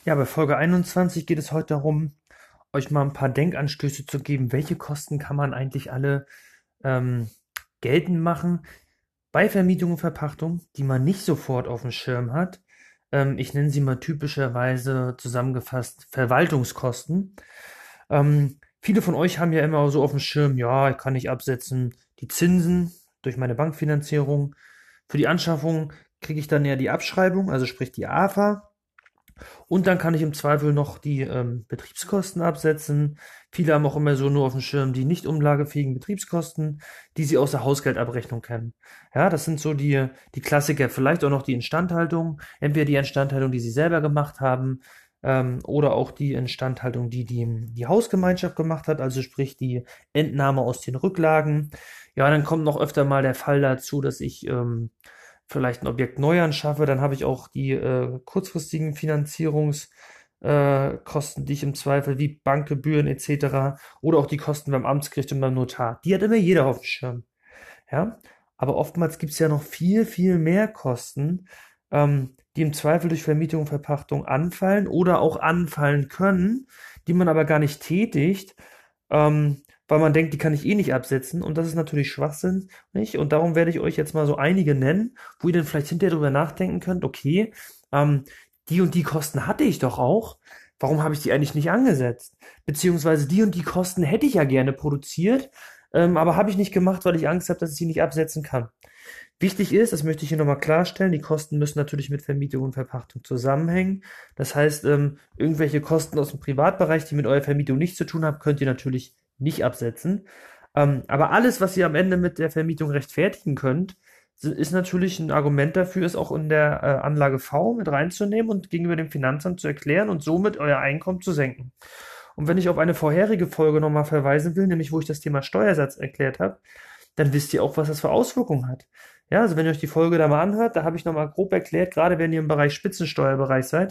Ja, bei Folge 21 geht es heute darum, euch mal ein paar Denkanstöße zu geben. Welche Kosten kann man eigentlich alle ähm, geltend machen bei Vermietung und Verpachtung, die man nicht sofort auf dem Schirm hat? Ich nenne sie mal typischerweise zusammengefasst Verwaltungskosten. Viele von euch haben ja immer so auf dem Schirm, ja, ich kann nicht absetzen, die Zinsen durch meine Bankfinanzierung. Für die Anschaffung kriege ich dann ja die Abschreibung, also sprich die AFA. Und dann kann ich im Zweifel noch die Betriebskosten absetzen. Viele haben auch immer so nur auf dem Schirm die nicht umlagefähigen Betriebskosten, die sie aus der Hausgeldabrechnung kennen. Ja, das sind so die Klassiker. Vielleicht auch noch die Instandhaltung. Entweder die Instandhaltung, die sie selber gemacht haben, oder auch die Instandhaltung, die Hausgemeinschaft gemacht hat, also sprich die Entnahme aus den Rücklagen. Ja, dann kommt noch öfter mal der Fall dazu, dass ich vielleicht ein Objekt neu anschaffe, dann habe ich auch die kurzfristigen Finanzierungskosten, Kosten, die ich im Zweifel wie Bankgebühren etc. oder auch die Kosten beim Amtsgericht und beim Notar. Die hat immer jeder auf dem Schirm. Ja? Aber oftmals gibt es ja noch viel, viel mehr Kosten, die im Zweifel durch Vermietung und Verpachtung anfallen oder auch anfallen können, die man aber gar nicht tätigt, weil man denkt, die kann ich eh nicht absetzen. Und das ist natürlich Schwachsinn, nicht? Und darum werde ich euch jetzt mal so einige nennen, wo ihr dann vielleicht hinterher drüber nachdenken könnt, okay, die und die Kosten hatte ich doch auch. Warum habe ich die eigentlich nicht angesetzt? Beziehungsweise die und die Kosten hätte ich ja gerne produziert, aber habe ich nicht gemacht, weil ich Angst habe, dass ich sie nicht absetzen kann. Wichtig ist, das möchte ich hier nochmal klarstellen, die Kosten müssen natürlich mit Vermietung und Verpachtung zusammenhängen. Das heißt, irgendwelche Kosten aus dem Privatbereich, die mit eurer Vermietung nichts zu tun haben, könnt ihr natürlich nicht absetzen. Aber alles, was ihr am Ende mit der Vermietung rechtfertigen könnt, ist natürlich ein Argument dafür, es auch in der Anlage V mit reinzunehmen und gegenüber dem Finanzamt zu erklären und somit euer Einkommen zu senken. Und wenn ich auf eine vorherige Folge nochmal verweisen will, nämlich wo ich das Thema Steuersatz erklärt habe, dann wisst ihr auch, was das für Auswirkungen hat. Ja, also wenn ihr euch die Folge da mal anhört, da habe ich nochmal grob erklärt, gerade wenn ihr im Bereich Spitzensteuerbereich seid,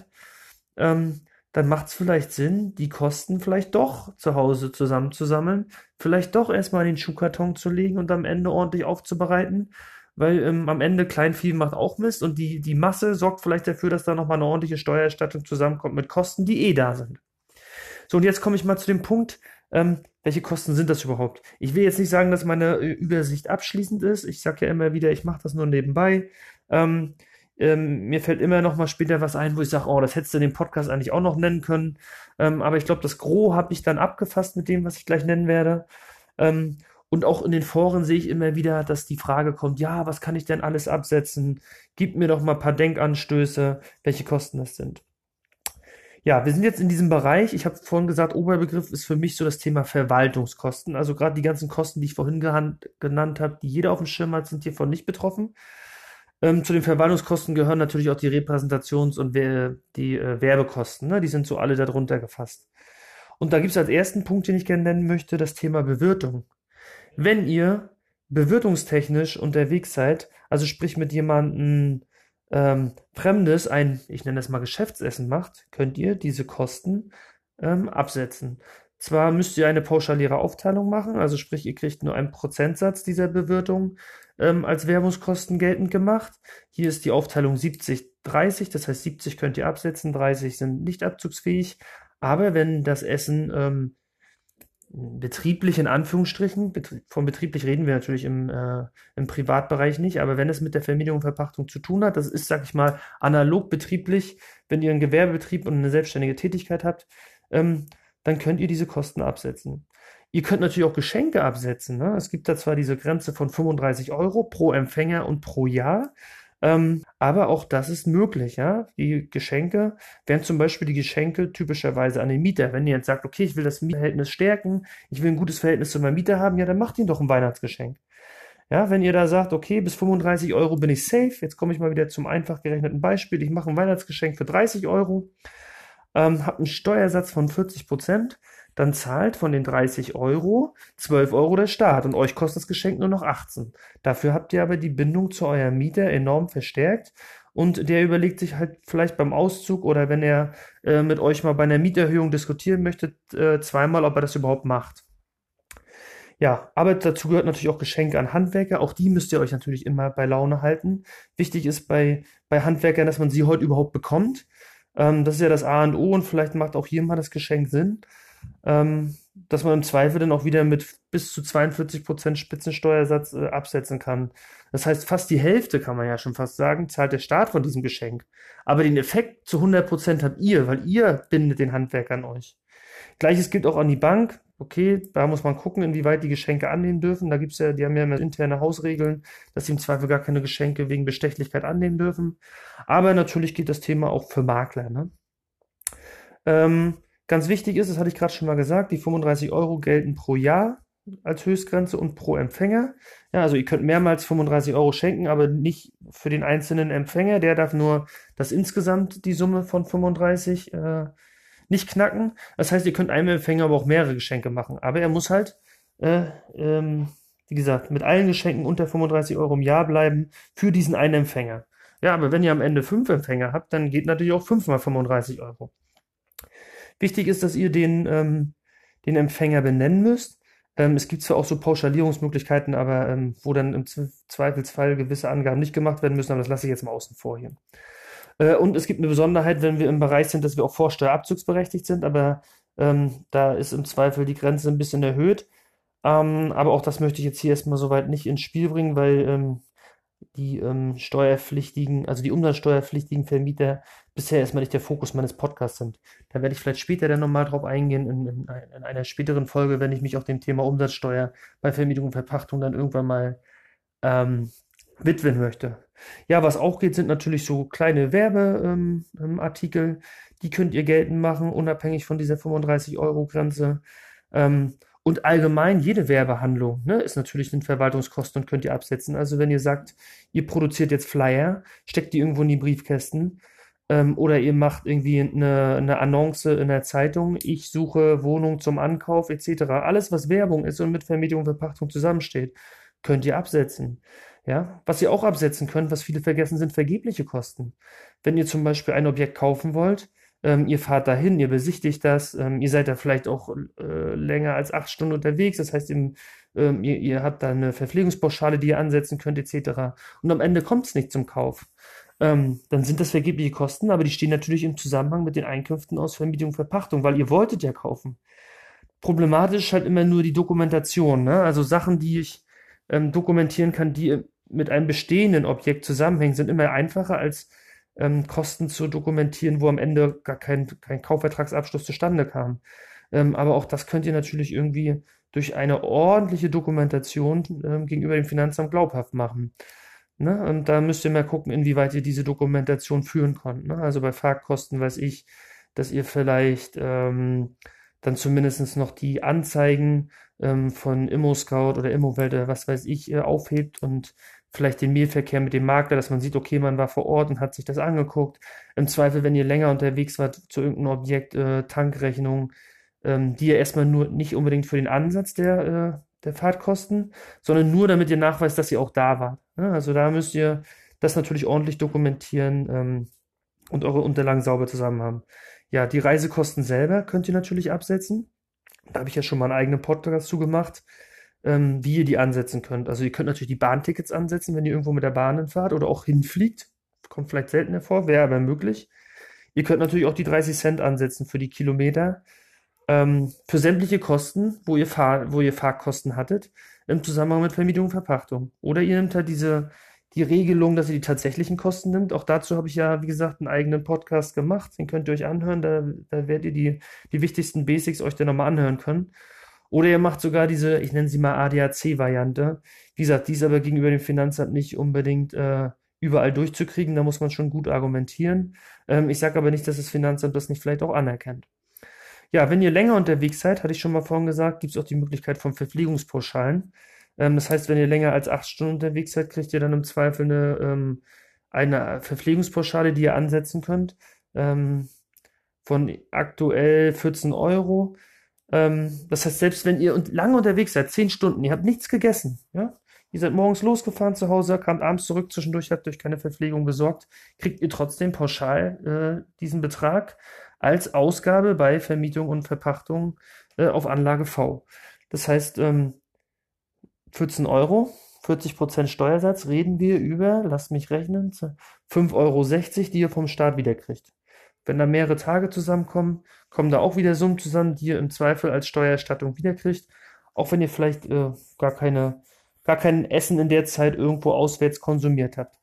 dann macht es vielleicht Sinn, die Kosten vielleicht doch zu Hause zusammenzusammeln, vielleicht doch erstmal in den Schuhkarton zu legen und am Ende ordentlich aufzubereiten, weil am Ende Kleinvieh macht auch Mist und die Masse sorgt vielleicht dafür, dass da nochmal eine ordentliche Steuererstattung zusammenkommt mit Kosten, die eh da sind. So, und jetzt komme ich mal zu dem Punkt, welche Kosten sind das überhaupt? Ich will jetzt nicht sagen, dass meine Übersicht abschließend ist. Ich sage ja immer wieder, ich mache das nur nebenbei. Ähm, mir fällt immer noch mal später was ein, wo ich sage, oh, das hättest du in dem Podcast eigentlich auch noch nennen können. Aber ich glaube, das Gros habe ich dann abgefasst mit dem, was ich gleich nennen werde. Ähm, und auch in den Foren sehe ich immer wieder, dass die Frage kommt, ja, was kann ich denn alles absetzen? Gib mir doch mal ein paar Denkanstöße, welche Kosten das sind. Ja, wir sind jetzt in diesem Bereich. Ich habe vorhin gesagt, Oberbegriff ist für mich so das Thema Verwaltungskosten. Also gerade die ganzen Kosten, die ich vorhin genannt habe, die jeder auf dem Schirm hat, sind hiervon nicht betroffen. Zu den Verwaltungskosten gehören natürlich auch die Repräsentations- und die Werbekosten. Ne? Die sind so alle darunter gefasst. Und da gibt es als ersten Punkt, den ich gerne nennen möchte, das Thema Bewirtung. Wenn ihr bewirtungstechnisch unterwegs seid, also sprich mit jemandem Fremdes ich nenne das mal Geschäftsessen macht, könnt ihr diese Kosten absetzen. Zwar müsst ihr eine pauschaliere Aufteilung machen, also sprich, ihr kriegt nur einen Prozentsatz dieser Bewirtung als Werbungskosten geltend gemacht. Hier ist die Aufteilung 70-30, das heißt 70 könnt ihr absetzen, 30 sind nicht abzugsfähig. Aber wenn das Essen betrieblich in Anführungsstrichen, von betrieblich reden wir natürlich im Privatbereich nicht, aber wenn es mit der Vermietung und Verpachtung zu tun hat, das ist, sag ich mal, analog betrieblich, wenn ihr einen Gewerbebetrieb und eine selbstständige Tätigkeit habt, dann könnt ihr diese Kosten absetzen. Ihr könnt natürlich auch Geschenke absetzen. Ne? Es gibt da zwar diese Grenze von 35 Euro pro Empfänger und pro Jahr, aber auch das ist möglich, ja. Die Geschenke wären zum Beispiel die Geschenke typischerweise an den Mieter. Wenn ihr jetzt sagt, okay, ich will das Mietverhältnis stärken, ich will ein gutes Verhältnis zu meinem Mieter haben, ja, dann macht ihn doch ein Weihnachtsgeschenk. Ja, wenn ihr da sagt, okay, bis 35 Euro bin ich safe, jetzt komme ich mal wieder zum einfach gerechneten Beispiel, ich mache ein Weihnachtsgeschenk für 30 Euro, habe einen Steuersatz von 40%, dann zahlt von den 30 Euro 12 Euro der Staat und euch kostet das Geschenk nur noch 18. Dafür habt ihr aber die Bindung zu eurem Mieter enorm verstärkt und der überlegt sich halt vielleicht beim Auszug oder wenn er mit euch mal bei einer Mieterhöhung diskutieren möchte, zweimal, ob er das überhaupt macht. Ja, aber dazu gehört natürlich auch Geschenke an Handwerker. Auch die müsst ihr euch natürlich immer bei Laune halten. Wichtig ist bei Handwerkern, dass man sie heute überhaupt bekommt. Das ist ja das A und O und vielleicht macht auch hier mal das Geschenk Sinn, dass man im Zweifel dann auch wieder mit bis zu 42% Spitzensteuersatz absetzen kann. Das heißt, fast die Hälfte, kann man ja schon fast sagen, zahlt der Staat von diesem Geschenk. Aber den Effekt zu 100% habt ihr, weil ihr bindet den Handwerker an euch. Gleiches gilt auch an die Bank. Okay, da muss man gucken, inwieweit die Geschenke annehmen dürfen. Da gibt's ja, die haben ja immer interne Hausregeln, dass sie im Zweifel gar keine Geschenke wegen Bestechlichkeit annehmen dürfen. Aber natürlich gilt das Thema auch für Makler, ne? Ganz wichtig ist, das hatte ich gerade schon mal gesagt, die 35 Euro gelten pro Jahr als Höchstgrenze und pro Empfänger. Ja, also ihr könnt mehrmals 35 Euro schenken, aber nicht für den einzelnen Empfänger. Der darf nur das insgesamt die Summe von 35 nicht knacken. Das heißt, ihr könnt einem Empfänger aber auch mehrere Geschenke machen. Aber er muss halt, äh, ähm, wie gesagt, mit allen Geschenken unter 35 Euro im Jahr bleiben für diesen einen Empfänger. Ja, aber wenn ihr am Ende 5 Empfänger habt, dann geht natürlich auch 5 mal 35 Euro. Wichtig ist, dass ihr den Empfänger benennen müsst. Es gibt zwar auch so Pauschalierungsmöglichkeiten, aber wo dann im Zweifelsfall gewisse Angaben nicht gemacht werden müssen, aber das lasse ich jetzt mal außen vor hier. Und es gibt eine Besonderheit, wenn wir im Bereich sind, dass wir auch vorsteuerabzugsberechtigt sind, aber da ist im Zweifel die Grenze ein bisschen erhöht. Aber auch das möchte ich jetzt hier erstmal soweit nicht ins Spiel bringen, weil die steuerpflichtigen, also die umsatzsteuerpflichtigen Vermieter bisher erstmal nicht der Fokus meines Podcasts sind. Da werde ich vielleicht später dann nochmal drauf eingehen, in einer späteren Folge, wenn ich mich auch dem Thema Umsatzsteuer bei Vermietung und Verpachtung dann irgendwann mal ähm, widmen möchte. Ja, was auch geht, sind natürlich so kleine Werbeartikel, die könnt ihr geltend machen, unabhängig von dieser 35-Euro-Grenze. Und allgemein jede Werbehandlung, ne, ist natürlich in Verwaltungskosten und könnt ihr absetzen. Also wenn ihr sagt, ihr produziert jetzt Flyer, steckt die irgendwo in die Briefkästen, oder ihr macht irgendwie eine Annonce in der Zeitung, ich suche Wohnung zum Ankauf etc. Alles, was Werbung ist und mit Vermietung und Verpachtung zusammensteht, könnt ihr absetzen. Ja, was ihr auch absetzen könnt, was viele vergessen, sind vergebliche Kosten. Wenn ihr zum Beispiel ein Objekt kaufen wollt, ihr fahrt dahin, ihr besichtigt das, ihr seid da vielleicht auch länger als 8 Stunden unterwegs, das heißt, ihr habt da eine Verpflegungspauschale, die ihr ansetzen könnt, etc. Und am Ende kommt es nicht zum Kauf. Dann sind das vergebliche Kosten, aber die stehen natürlich im Zusammenhang mit den Einkünften aus Vermietung und Verpachtung, weil ihr wolltet ja kaufen. Problematisch ist halt immer nur die Dokumentation, ne? Also Sachen, die ich dokumentieren kann, die mit einem bestehenden Objekt zusammenhängen, sind immer einfacher als Kosten zu dokumentieren, wo am Ende gar kein Kaufvertragsabschluss zustande kam. Aber auch das könnt ihr natürlich irgendwie durch eine ordentliche Dokumentation gegenüber dem Finanzamt glaubhaft machen. Ne? Und da müsst ihr mal gucken, inwieweit ihr diese Dokumentation führen könnt. Ne? Also bei Fahrtkosten weiß ich, dass ihr vielleicht dann zumindest noch die Anzeigen von ImmoScout oder Immowelt oder was weiß ich aufhebt und vielleicht den Mailverkehr mit dem Makler, dass man sieht, okay, man war vor Ort und hat sich das angeguckt. Im Zweifel, wenn ihr länger unterwegs wart zu irgendeinem Objekt, Tankrechnung, die ihr erstmal nur nicht unbedingt für den Ansatz der Fahrtkosten, sondern nur damit ihr nachweist, dass ihr auch da wart. Ja, also da müsst ihr das natürlich ordentlich dokumentieren und eure Unterlagen sauber zusammen haben. Ja, die Reisekosten selber könnt ihr natürlich absetzen. Da habe ich ja schon mal einen eigenen Podcast zu gemacht, wie ihr die ansetzen könnt. Also ihr könnt natürlich die Bahntickets ansetzen, wenn ihr irgendwo mit der Bahn hinfahrt oder auch hinfliegt. Kommt vielleicht seltener vor, wäre aber möglich. Ihr könnt natürlich auch die 30 Cent ansetzen für die Kilometer. Für sämtliche Kosten, wo ihr Fahrkosten hattet, im Zusammenhang mit Vermietung und Verpachtung. Oder ihr nehmt halt die Regelung, dass ihr die tatsächlichen Kosten nimmt. Auch dazu habe ich ja, wie gesagt, einen eigenen Podcast gemacht. Den könnt ihr euch anhören. Da werdet ihr die wichtigsten Basics euch dann nochmal anhören können. Oder ihr macht sogar diese, ich nenne sie mal ADAC-Variante. Wie gesagt, die ist aber gegenüber dem Finanzamt nicht unbedingt überall durchzukriegen. Da muss man schon gut argumentieren. Ich sage aber nicht, dass das Finanzamt das nicht vielleicht auch anerkennt. Ja, wenn ihr länger unterwegs seid, hatte ich schon mal vorhin gesagt, gibt es auch die Möglichkeit von Verpflegungspauschalen. Das heißt, wenn ihr länger als 8 Stunden unterwegs seid, kriegt ihr dann im Zweifel eine Verpflegungspauschale, die ihr ansetzen könnt, von aktuell 14 Euro. Das heißt, selbst wenn ihr lange unterwegs seid, 10 Stunden, ihr habt nichts gegessen, ja, ihr seid morgens losgefahren zu Hause, kamt abends zurück, zwischendurch habt euch keine Verpflegung besorgt, kriegt ihr trotzdem pauschal diesen Betrag als Ausgabe bei Vermietung und Verpachtung auf Anlage V. Das heißt, 14 Euro, 40% Steuersatz, reden wir über, lasst mich rechnen, 5,60 Euro, die ihr vom Staat wiederkriegt. Wenn da mehrere Tage zusammenkommen, kommen da auch wieder Summen zusammen, die ihr im Zweifel als Steuererstattung wiederkriegt, auch wenn ihr vielleicht gar kein Essen in der Zeit irgendwo auswärts konsumiert habt.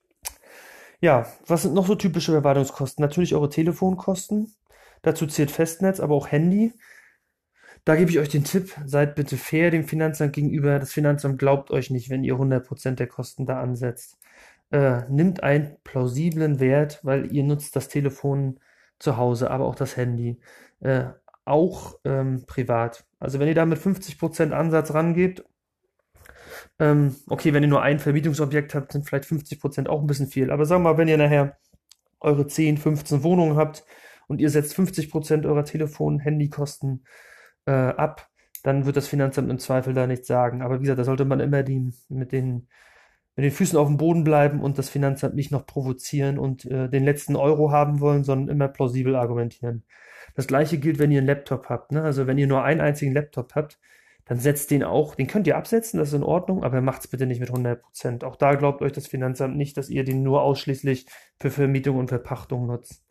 Ja, was sind noch so typische Verwaltungskosten? Natürlich eure Telefonkosten. Dazu zählt Festnetz, aber auch Handy. Da gebe ich euch den Tipp, seid bitte fair dem Finanzamt gegenüber. Das Finanzamt glaubt euch nicht, wenn ihr 100% der Kosten da ansetzt. Nimmt einen plausiblen Wert, weil ihr nutzt das Telefon zu Hause, aber auch das Handy. Äh, auch privat. Also wenn ihr da mit 50% Ansatz rangeht, okay, wenn ihr nur ein Vermietungsobjekt habt, sind vielleicht 50% auch ein bisschen viel. Aber sagen wir mal, wenn ihr nachher eure 10, 15 Wohnungen habt und ihr setzt 50% eurer Telefon-Handykosten ab, dann wird das Finanzamt im Zweifel da nichts sagen. Aber wie gesagt, da sollte man immer mit den Füßen auf dem Boden bleiben und das Finanzamt nicht noch provozieren und den letzten Euro haben wollen, sondern immer plausibel argumentieren. Das gleiche gilt, wenn ihr einen Laptop habt. Ne? Also wenn ihr nur einen einzigen Laptop habt, dann setzt den auch, den könnt ihr absetzen, das ist in Ordnung, aber macht's bitte nicht mit 100%. Auch da glaubt euch das Finanzamt nicht, dass ihr den nur ausschließlich für Vermietung und Verpachtung nutzt.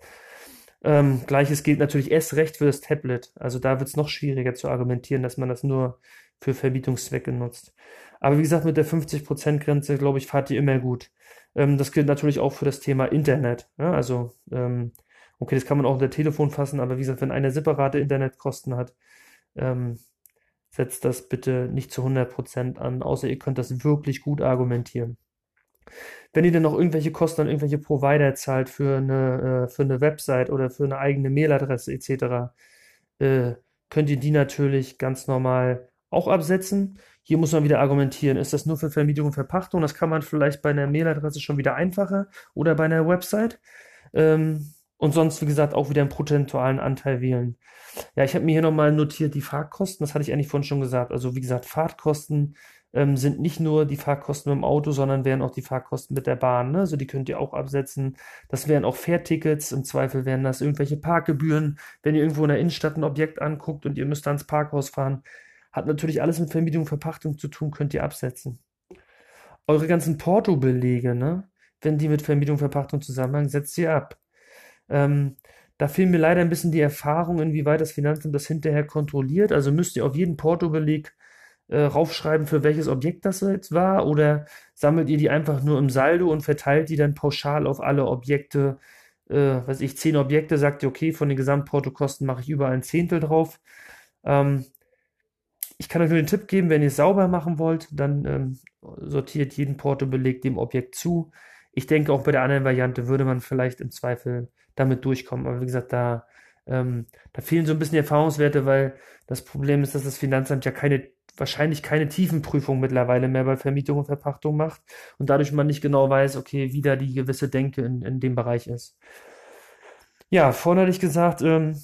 Gleiches gilt natürlich erst recht für das Tablet. Also da wird es noch schwieriger zu argumentieren, dass man das nur für Vermietungszwecke nutzt. Aber wie gesagt, mit der 50%-Grenze, glaube ich, fahrt ihr immer gut. Das gilt natürlich auch für das Thema Internet. Ja? Also, okay, das kann man auch unter Telefon fassen, aber wie gesagt, wenn einer separate Internetkosten hat, ähm, setzt das bitte nicht zu 100% an, außer ihr könnt das wirklich gut argumentieren. Wenn ihr denn noch irgendwelche Kosten an irgendwelche Provider zahlt für eine Website oder für eine eigene Mailadresse etc., äh, könnt ihr die natürlich ganz normal auch absetzen. Hier muss man wieder argumentieren, ist das nur für Vermietung und Verpachtung? Das kann man vielleicht bei einer Mailadresse schon wieder einfacher oder bei einer Website. Und sonst, wie gesagt, auch wieder einen prozentualen Anteil wählen. Ja, ich habe mir hier nochmal notiert die Fahrtkosten, das hatte ich eigentlich vorhin schon gesagt. Also wie gesagt, Fahrtkosten sind nicht nur die Fahrtkosten mit dem Auto, sondern wären auch die Fahrtkosten mit der Bahn. Ne? Also die könnt ihr auch absetzen. Das wären auch Fährtickets, im Zweifel wären das irgendwelche Parkgebühren. Wenn ihr irgendwo in der Innenstadt ein Objekt anguckt und ihr müsst ans Parkhaus fahren, hat natürlich alles mit Vermietung und Verpachtung zu tun, könnt ihr absetzen. Eure ganzen Portobelege, ne? Wenn die mit Vermietung und Verpachtung zusammenhängen, setzt ihr ab. Ähm, Da fehlen mir leider ein bisschen die Erfahrung, inwieweit das Finanzamt das hinterher kontrolliert. Also müsst ihr auf jeden Portobeleg raufschreiben, für welches Objekt das jetzt war, oder sammelt ihr die einfach nur im Saldo und verteilt die dann pauschal auf alle Objekte, weiß ich, 10 Objekte, sagt ihr, okay, von den Gesamtportokosten mache ich überall ein Zehntel drauf. Ähm, Ich kann euch nur den Tipp geben, wenn ihr es sauber machen wollt, dann sortiert jeden Portobeleg dem Objekt zu. Ich denke, auch bei der anderen Variante würde man vielleicht im Zweifel damit durchkommen. Aber wie gesagt, da fehlen so ein bisschen die Erfahrungswerte, weil das Problem ist, dass das Finanzamt ja wahrscheinlich keine Tiefenprüfung mittlerweile mehr bei Vermietung und Verpachtung macht und dadurch man nicht genau weiß, okay, wie da die gewisse Denke in dem Bereich ist. Ja, vorhin hatte ich gesagt,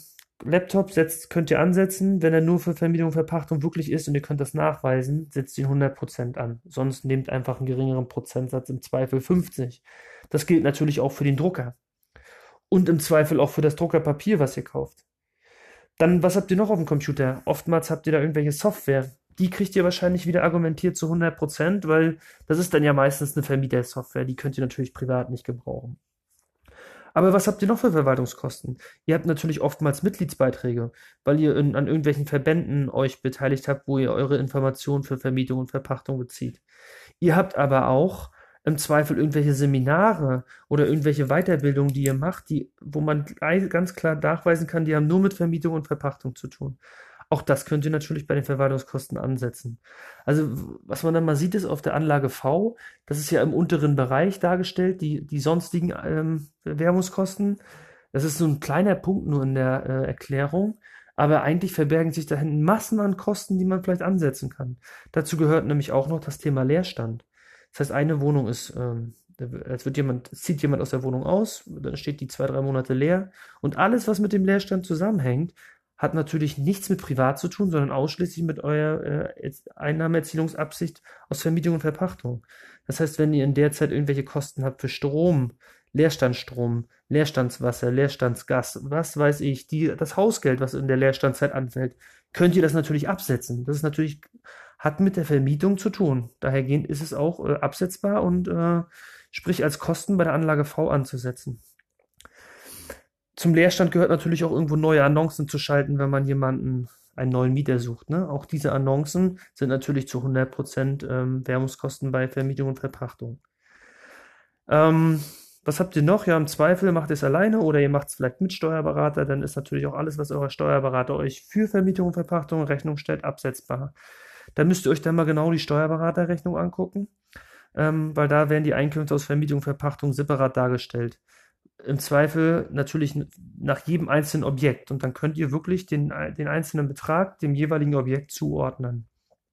könnt ihr ansetzen, wenn er nur für Vermietung und Verpachtung wirklich ist und ihr könnt das nachweisen, setzt ihn 100% an. Sonst nehmt einfach einen geringeren Prozentsatz, im Zweifel 50. Das gilt natürlich auch für den Drucker und im Zweifel auch für das Druckerpapier, was ihr kauft. Dann, was habt ihr noch auf dem Computer? Oftmals habt ihr da irgendwelche Software. Die kriegt ihr wahrscheinlich wieder argumentiert zu 100%, weil das ist dann ja meistens eine Vermietersoftware. Die könnt ihr natürlich privat nicht gebrauchen. Aber was habt ihr noch für Verwaltungskosten? Ihr habt natürlich oftmals Mitgliedsbeiträge, weil ihr an irgendwelchen Verbänden euch beteiligt habt, wo ihr eure Informationen für Vermietung und Verpachtung bezieht. Ihr habt aber auch im Zweifel irgendwelche Seminare oder irgendwelche Weiterbildungen, die ihr macht, wo man ganz klar nachweisen kann, die haben nur mit Vermietung und Verpachtung zu tun. Auch das könnt ihr natürlich bei den Verwaltungskosten ansetzen. Also, was man dann mal sieht, ist auf der Anlage V, das ist ja im unteren Bereich dargestellt, die sonstigen Werbungskosten. Das ist so ein kleiner Punkt nur in der Erklärung, aber eigentlich verbergen sich da hinten Massen an Kosten, die man vielleicht ansetzen kann. Dazu gehört nämlich auch noch das Thema Leerstand. Das heißt, eine Wohnung es zieht jemand aus der Wohnung aus, dann steht die 2, 3 Monate leer und alles, was mit dem Leerstand zusammenhängt, hat natürlich nichts mit privat zu tun, sondern ausschließlich mit eurer Einnahmeerzielungsabsicht aus Vermietung und Verpachtung. Das heißt, wenn ihr in der Zeit irgendwelche Kosten habt für Strom, Leerstandswasser, Leerstandsgas, was weiß ich, das Hausgeld, was in der Leerstandszeit anfällt, könnt ihr das natürlich absetzen. Das ist natürlich, hat mit der Vermietung zu tun. Dahergehend ist es auch absetzbar und sprich als Kosten bei der Anlage V anzusetzen. Zum Leerstand gehört natürlich auch irgendwo neue Annoncen zu schalten, wenn man einen neuen Mieter sucht, ne? Auch diese Annoncen sind natürlich zu 100% Werbungskosten bei Vermietung und Verpachtung. Ähm, Was habt ihr noch? Ja, im Zweifel macht ihr es alleine oder ihr macht es vielleicht mit Steuerberater. Dann ist natürlich auch alles, was euer Steuerberater euch für Vermietung und Verpachtung in Rechnung stellt, absetzbar. Da müsst ihr euch dann mal genau die Steuerberaterrechnung angucken, weil da werden die Einkünfte aus Vermietung und Verpachtung separat dargestellt. Im Zweifel natürlich nach jedem einzelnen Objekt. Und dann könnt ihr wirklich den einzelnen Betrag dem jeweiligen Objekt zuordnen.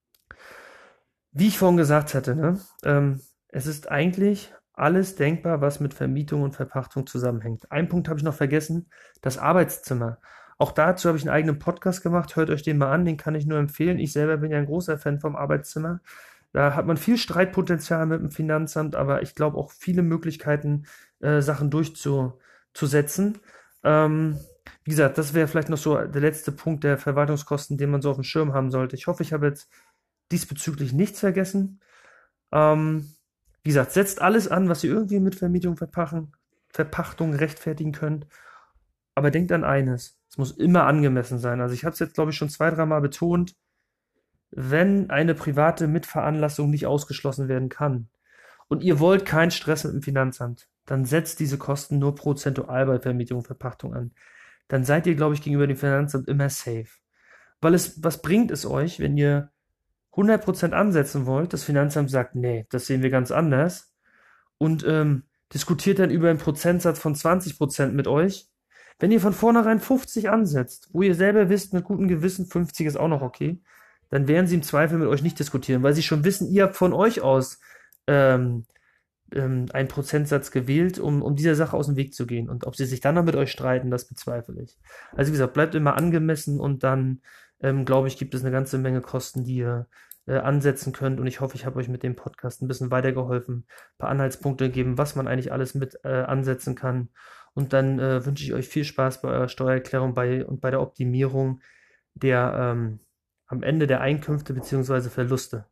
Wie ich vorhin gesagt hatte, ne, es ist eigentlich alles denkbar, was mit Vermietung und Verpachtung zusammenhängt. Einen Punkt habe ich noch vergessen, das Arbeitszimmer. Auch dazu habe ich einen eigenen Podcast gemacht, hört euch den mal an, den kann ich nur empfehlen. Ich selber bin ja ein großer Fan vom Arbeitszimmer. Da hat man viel Streitpotenzial mit dem Finanzamt, aber ich glaube auch viele Möglichkeiten, Sachen durchzusetzen. Ähm, Wie gesagt, das wäre vielleicht noch so der letzte Punkt der Verwaltungskosten, den man so auf dem Schirm haben sollte. Ich hoffe, ich habe jetzt diesbezüglich nichts vergessen. Ähm, Wie gesagt, setzt alles an, was ihr irgendwie mit Verpachtung rechtfertigen könnt. Aber denkt an eines, es muss immer angemessen sein. Also ich habe es jetzt, glaube ich, schon zwei, dreimal betont, wenn eine private Mitveranlassung nicht ausgeschlossen werden kann und ihr wollt keinen Stress mit dem Finanzamt, dann setzt diese Kosten nur prozentual bei Vermietung und Verpachtung an. Dann seid ihr, glaube ich, gegenüber dem Finanzamt immer safe. Was bringt es euch, wenn ihr 100% ansetzen wollt, das Finanzamt sagt, nee, das sehen wir ganz anders und diskutiert dann über einen Prozentsatz von 20% mit euch. Wenn ihr von vornherein 50 ansetzt, wo ihr selber wisst, mit gutem Gewissen 50 ist auch noch okay, dann werden sie im Zweifel mit euch nicht diskutieren, weil sie schon wissen, ihr habt von euch aus ähm, einen Prozentsatz gewählt, um dieser Sache aus dem Weg zu gehen. Und ob sie sich dann noch mit euch streiten, das bezweifle ich. Also wie gesagt, bleibt immer angemessen und dann, glaube ich, gibt es eine ganze Menge Kosten, die ihr ansetzen könnt. Und ich hoffe, ich habe euch mit dem Podcast ein bisschen weitergeholfen, ein paar Anhaltspunkte gegeben, was man eigentlich alles mit ansetzen kann. Und dann wünsche ich euch viel Spaß bei eurer Steuererklärung und bei der Optimierung der am Ende der Einkünfte bzw. Verluste.